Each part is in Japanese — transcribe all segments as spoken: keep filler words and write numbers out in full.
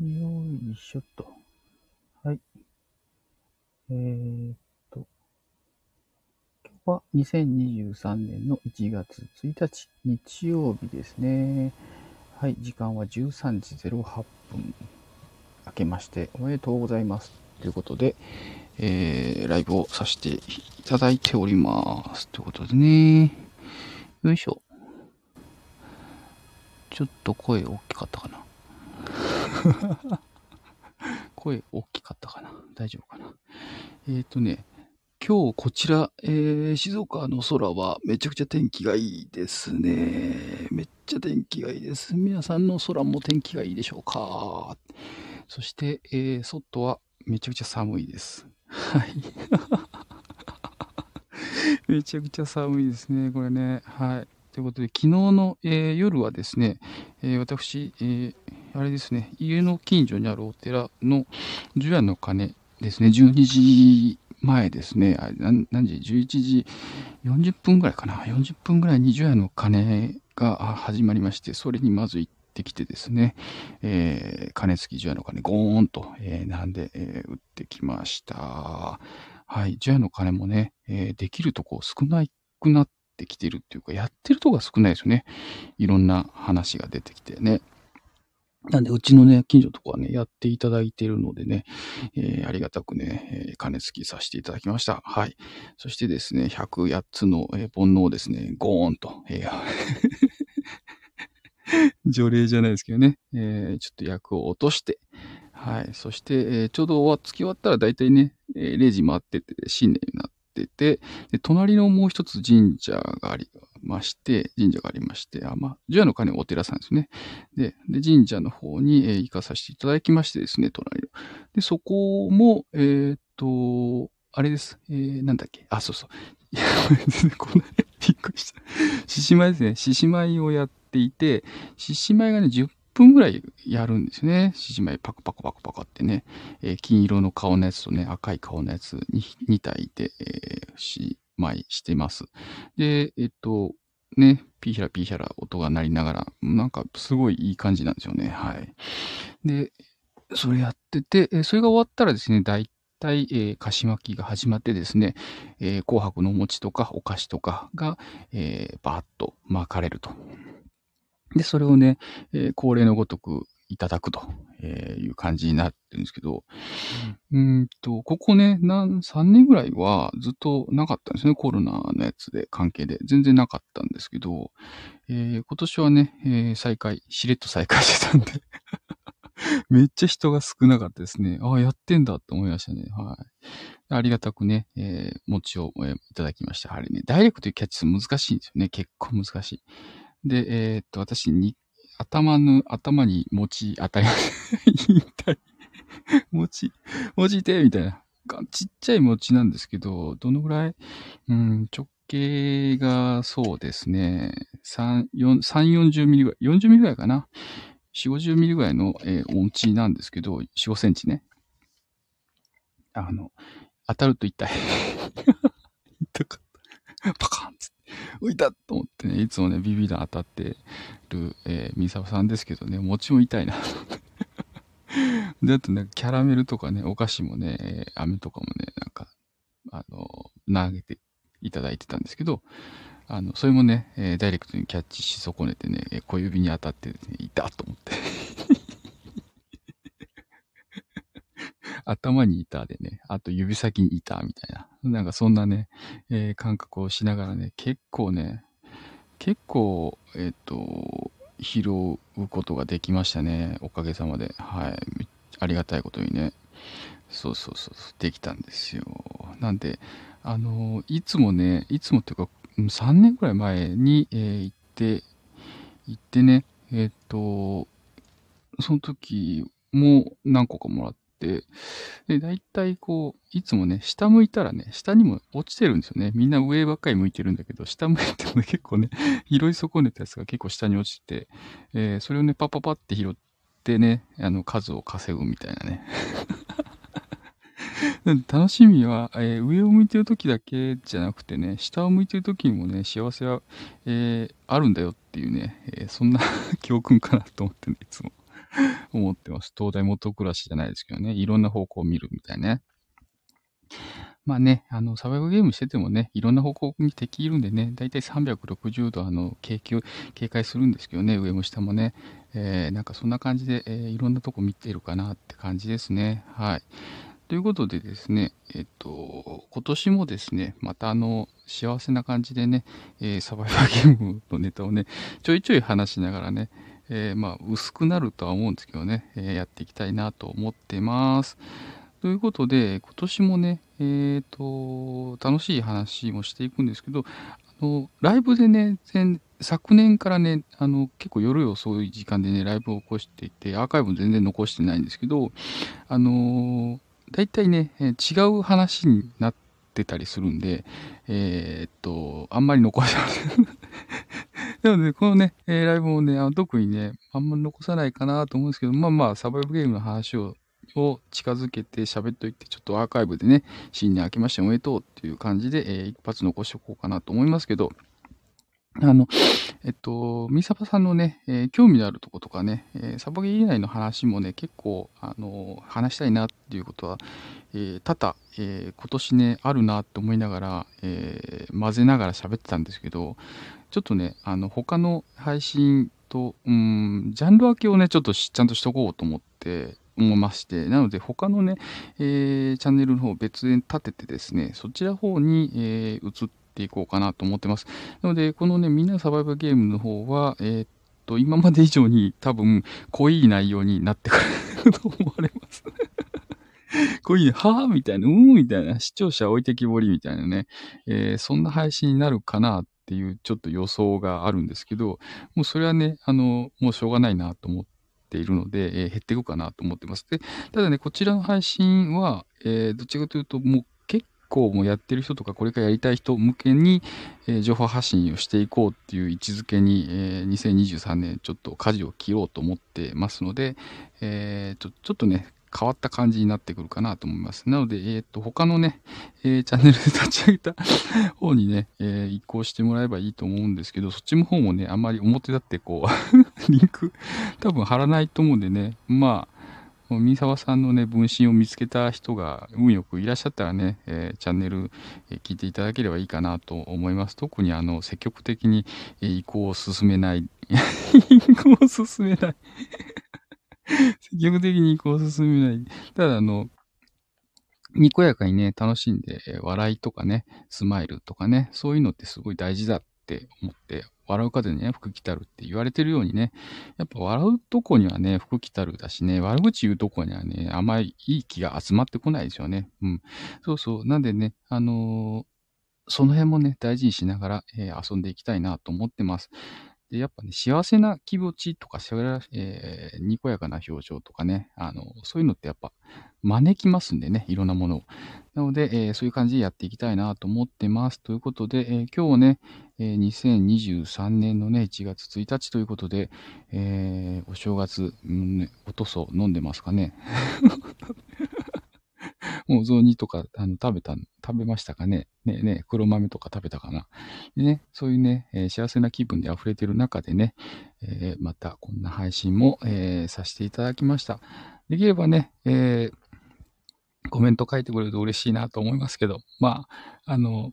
よいしょっと。はい。えー、っと、今日はにせんにじゅうさんねんのいちがつついたち、日曜日ですね。はい、時間はじゅうさんじぜろはっぷん。明けましておめでとうございます。ということで、えー、ライブをさせていただいております。ということでね。よいしょ。ちょっと声大きかったかな。声大きかったかな。大丈夫かな。えっ、ー、とね、今日こちら、えー、静岡の空はめちゃくちゃ天気がいいですね。めっちゃ天気がいいです。皆さんの空も天気がいいでしょうか。そして、えー、外はめちゃくちゃ寒いです。はい。めちゃくちゃ寒いですね、これね。はい。ということで、昨日の、えー、夜はですね、えー、私、えー、あれですね、家の近所にあるお寺の除夜の鐘ですね、じゅうにじまえですね、あ何何時 ?じゅういちじよんじゅっぷんぐらいかな。よんじゅっぷんぐらいに除夜の鐘が始まりまして、それにまず行ってきてですね、えー、鐘付き除夜の鐘ゴーンと、えー、なんで、えー、打ってきました。はい。除夜の鐘もね、えー、できるとこ少なくなってきてるっていうか、やってるとこが少ないですよね。いろんな話が出てきてね。なんで、うちのね、近所のとこはね、やっていただいているのでね、えー、ありがたくね、えー、鐘付きさせていただきました。はい。そしてですね、ひゃくはちつの、えー、煩悩をですね、ゴーンと、えー、除霊じゃないですけどね、えー、ちょっと役を落として、はい。そして、えー、ちょうど終わ、月終わったら大体ね、えー、れいじ回ってて、新年になってて、で、隣のもう一つ神社がありまして、神社がありまして、あ、まあ、除夜の鐘お寺さんですね。で、で、神社の方に、えー、行かさせていただきましてですね、隣の。で、そこも、えー、っと、あれです。えー、なんだっけ。あ、そうそう。いや、このびっくりした。獅子舞ですね。獅子舞をやっていて、獅子舞がね、じゅっぷんぐらいやるんですね。獅子舞パコパコパコパコってね、えー、金色の顔のやつとね、赤い顔のやつにに体いて、えー、獅子舞してます。で、えっと、ね、ピーヒャラピーヒャラ音が鳴りながら、なんかすごいいい感じなんですよね。はい。で、それやってて、それが終わったらですね、大体、えー、菓子巻きが始まってですね、えー、紅白のお餅とかお菓子とかが、えー、バーッと巻かれると。で、それをね、えー、恒例のごとくいただくという感じになってるんですけど、うーんと、ここね、なん、さんねんぐらいはずっとなかったんですね。コロナのやつで、関係で。全然なかったんですけど、えー、今年はね、えー、再開、しれっと再開してたんで、めっちゃ人が少なかったですね。ああ、やってんだって思いましたね。はい。ありがたくね、えー、餅を、えー、いただきました。あれね、ダイレクトでキャッチするの難しいんですよね。結構難しい。で、えー、っと、私に、頭の、頭に餅当たりました。痛い。餅、餅痛いみたいな。ちっちゃい餅なんですけど、どのぐらい、うん、直径がそうですね、さん、よん、さん、よんじゅうミリぐらい、よんじゅうミリぐらいかな。よん、ごじゅうミリぐらいの、えー、お餅なんですけど、よん、ごセンチね。あの、当たると痛い。痛かった。パカーンつって。浮いたと思ってね、いつもね、ビビら当たってる、えー、ミサオさんですけどね、餅も痛いな。で、あとね、キャラメルとかね、お菓子もね、飴とかもね、なんか、あの、投げていただいてたんですけど、あの、それもね、えー、ダイレクトにキャッチし損ねてね、小指に当たってですね、痛っと思って。頭にいたでね、あと指先にいたみたいな。なんかそんなね、えー、感覚をしながらね、結構ね、結構、えっ、ー、と、拾うことができましたね。おかげさまで。はい。ありがたいことにね。そうそうそう、できたんですよ。なんで、あの、いつもね、いつもっていうか、さんねんくらい前に、えー、行って、行ってね、えっ、ー、と、その時も何個かもらって、で、大体こう、いつもね、下向いたらね、下にも落ちてるんですよね。みんな上ばっかり向いてるんだけど、下向いてもね、結構ね、拾い損ねたやつが結構下に落ちて、えー、それをね、パッパパって拾ってね、あの、数を稼ぐみたいなね。楽しみは、えー、上を向いてる時だけじゃなくてね、下を向いてる時にもね、幸せは、えー、あるんだよっていうね、えー、そんな教訓かなと思ってね、いつも。 思ってます。東大元暮らしじゃないですけどね。いろんな方向を見るみたいなね。まあね、あの、サバイバルゲームしててもね、いろんな方向に敵いるんでね、だいたいさんびゃくろくじゅうど、あの、警戒、警戒するんですけどね、上も下もね。えー、なんかそんな感じで、えーいろんなとこ見てるかなって感じですね。はい。ということでですね、えっと、今年もですね、またあの、幸せな感じでね、えーサバイバルゲームのネタをね、ちょいちょい話しながらね、えーまあ、薄くなるとは思うんですけどね、えーやっていきたいなと思ってます。ということで、今年もね、えっと、楽しい話もしていくんですけど、あの、ライブでね、前昨年からね、あの、結構夜遅い時間でね、ライブを起こしていて、アーカイブも全然残してないんですけど、あのー、大体ね、えー違う話になってたりするんで、えーっと、あんまり残してません。なので、このね、えーライブもね、あの特にね、あんまり残さないかなと思うんですけど、まあまあ、サバイブゲームの話を、を近づけて喋っといて、ちょっとアーカイブでね、新年明けましておめでとうっていう感じで、えー一発残しておこうかなと思いますけど、あの、えっと、みさばさんのね、えー興味のあるとことかね、えーサバゲー以外の話もね、結構、あの、話したいなっていうことは、えー多々、えー今年ね、あるなって思いながら、えー混ぜながら喋ってたんですけど、ちょっとね、あの、他の配信と、うーん、ジャンル分けをね、ちょっとしちゃんとしとこうと思って、思いまして、なので、他のね、えーチャンネルの方を別で立ててですね、そちらの方に、えー移っていこうかなと思ってます。なので、このね、みんなサバイバルゲームの方は、えーっと、今まで以上に多分濃い内容になってくると思われます。濃い、はぁみたいな、うーんみたいな、視聴者置いてきぼりみたいなね、えーそんな配信になるかなっていうちょっと予想があるんですけど、もうそれはね、あの、もうしょうがないなと思っているので、えー減っていくかなと思ってます。で、ただね、こちらの配信は、えーどっちかというと、もう結構もうやってる人とか、これからやりたい人向けに、えー情報発信をしていこうっていう位置づけに、えーにせんにじゅうさんねんちょっと舵を切ろうと思ってますので、えーちょちょっとね、変わった感じになってくるかなと思います。なので、えっ、と、他のね、えーチャンネルで立ち上げた方にね、えー移行してもらえばいいと思うんですけど、そっちの方もね、あんまり表立ってこう、リンク多分貼らないと思うんでね、まあ、三沢さんのね、分身を見つけた人が運よくいらっしゃったらね、えーチャンネル、えー聞いていただければいいかなと思います。特にあの、積極的に、えー移行を進めない、移行を進めない積極的に移行を進めない。ただあの、にこやかにね、楽しんで、えー笑いとかね、スマイルとかね、そういうのってすごい大事だって思って、笑う風にね、福来たるって言われてるようにね、やっぱ笑うとこにはね、福来たるだしね、悪口言うとこにはね、あんまりいい気が集まってこないですよね。うん。そうそう。なんでね、あのーその辺もね、大事にしながら、えー遊んでいきたいなと思ってます。で、やっぱね、幸せな気持ちとか、しゃべらえーにこやかな表情とかね、あの、そういうのってやっぱ招きますんでね、いろんなものを。なので、えーそういう感じでやっていきたいなと思ってます。ということで、えー今日ね、えーにせんにじゅうさんねんのね、いちがつついたちということで、えーお正月、うんね、おとそ飲んでますかね。もう雑煮とか、あの、食べた、食べましたかね。ねえねえ、黒豆とか食べたかな。でね、そういうね、えー幸せな気分で溢れてる中でね、えーまたこんな配信も、えーさせていただきました。できればね、えーコメント書いてくれると嬉しいなと思いますけど、まあ、あの、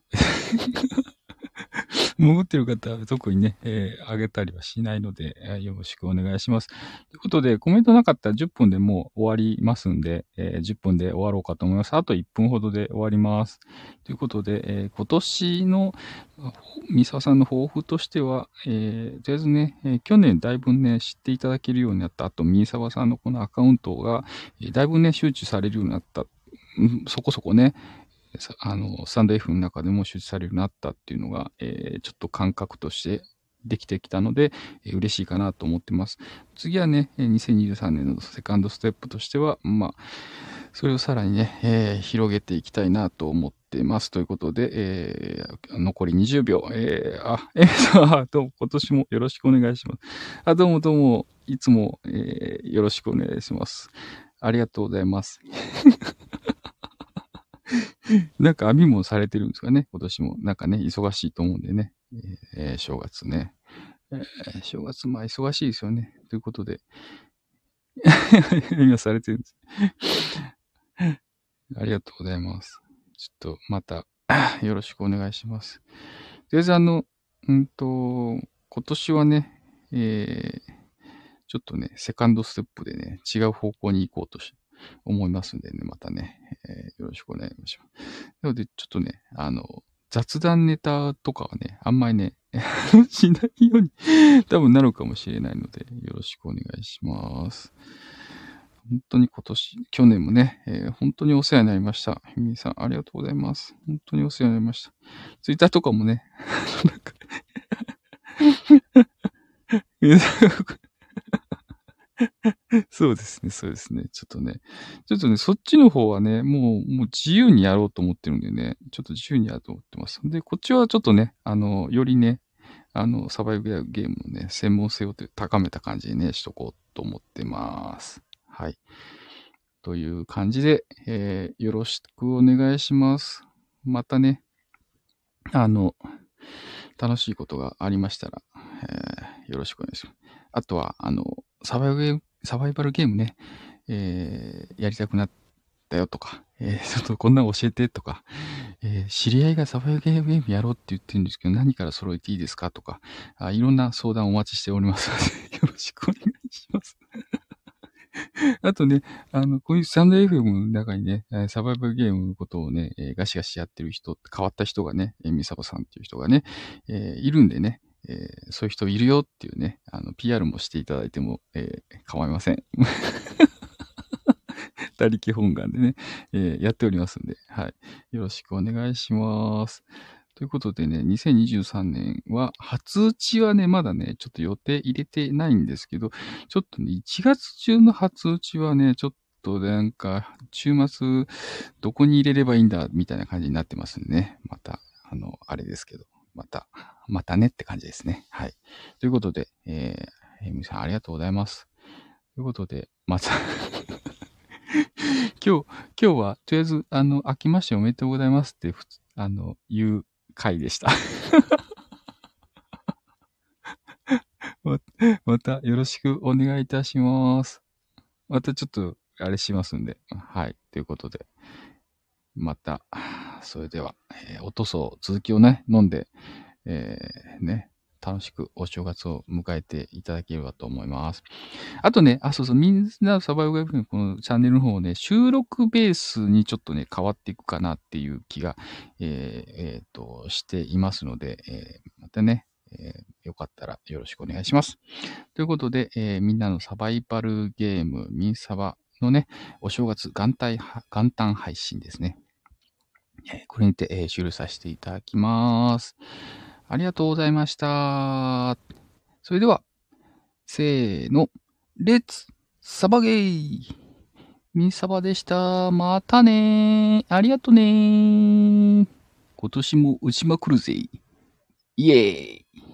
潜ってる方は特にね、えー、あげたりはしないので、えーよろしくお願いします。ということで、コメントなかったらじゅっぷんでもう終わりますんで、えーじゅっぷんで終わろうかと思います。あといっぷんほどで終わります。ということで、えー今年の三沢さんの抱負としては、えーとりあえずね、えー去年だいぶね、知っていただけるようになった。あと、三沢さんのこのアカウントが、えーだいぶね、周知されるようになった。うんそこそこね、さあの、スタンド F の中でも出されるようになったっていうのが、えーちょっと感覚としてできてきたので、えー嬉しいかなと思ってます。次はね、えーにせんにじゅうさんねんのセカンドステップとしては、まあ、それをさらにね、えー広げていきたいなと思ってます。ということで、えー残りにじゅうびょう。えーあ、えーさどうも今年もよろしくお願いします。あ、どうもどうも、いつも、えーよろしくお願いします。ありがとうございます。なんか編み物されてるんですかね、今年も。なんかね、忙しいと思うんでね。えー正月ね。えー正月、まあ忙しいですよね。ということで、 今されてるんです。ありがとうございます。ちょっとまたよろしくお願いします。とりあえずあの、うんと、今年はね、えー、ちょっとね、セカンドステップでね、違う方向に行こうとし思いますんでね、またね、えー、よろしくお願いします。なので、ちょっとね、あの、雑談ネタとかはね、あんまりね、しないように多分なるかもしれないので、よろしくお願いします。本当に今年、去年もね、えー、本当にお世話になりました。ひみさん、ありがとうございます。本当にお世話になりました。ツイッターとかもね、なんかそうですね、そうですね。ちょっとね、ちょっとね、そっちの方はね、もう、もう自由にやろうと思ってるんでね、ちょっと自由にやろうと思ってます。で、こっちはちょっとね、あの、よりね、あの、サバイバルゲームのね、専門性を高めた感じにね、しとこうと思ってます。はい。という感じで、えー、よろしくお願いします。またね、あの、楽しいことがありましたら、えー、よろしくお願いします。あとは、あの、サバイバル、サバイバルゲームね、えー、やりたくなったよとか、えー、ちょっとこんなの教えてとか、えー、知り合いがサバイバルゲームやろうって言ってるんですけど、何から揃えていいですかとか、あ、いろんな相談をお待ちしておりますので、よろしくお願いします。あとね、あの、こういうスタンド エフエム の中にね、サバイバルゲームのことをね、えー、ガシガシやってる人、変わった人がね、えー、ミサバさんっていう人がね、えー、いるんでね、えー、そういう人いるよっていうね、あの、ピーアール もしていただいても、えー、構いません。他力本願でね、えー、やっておりますんで、はい。よろしくお願いします。ということでね、にせんにじゅうさんねんは、初打ちはね、まだね、ちょっと予定入れてないんですけど、ちょっとね、いちがつ中の初打ちはね、ちょっとなんか、週末、どこに入れればいいんだ、みたいな感じになってますんでね。また、あの、あれですけど、また、またねって感じですね。はい。ということで、えー、えみさんありがとうございます。ということで、また今日、今日は、とりあえず、あの、明けましておめでとうございますって、ふつあの、言う回でした。ままた、よろしくお願いいたします。またちょっと、あれしますんで。はい。ということで、また、それでは、えー、おとそ続きをね、飲んで、えー、ね、楽しくお正月を迎えていただければと思います。あとね、あ、そうそう、みんなサバイバルゲームのこのチャンネルの方をね、収録ベースにちょっとね、変わっていくかなっていう気が、えー、えー、と、していますので、えー、またね、えー、よかったらよろしくお願いします。ということで、えー、みんなのサバイバルゲーム、ミンサバのね、お正月元旦元旦配信ですね。これにて、えー、終了させていただきます。ありがとうございました。それでは、せーの、レッツサバゲーミンサバでした。またねー。ありがとねー。今年も打ちまくるぜ。イエーイ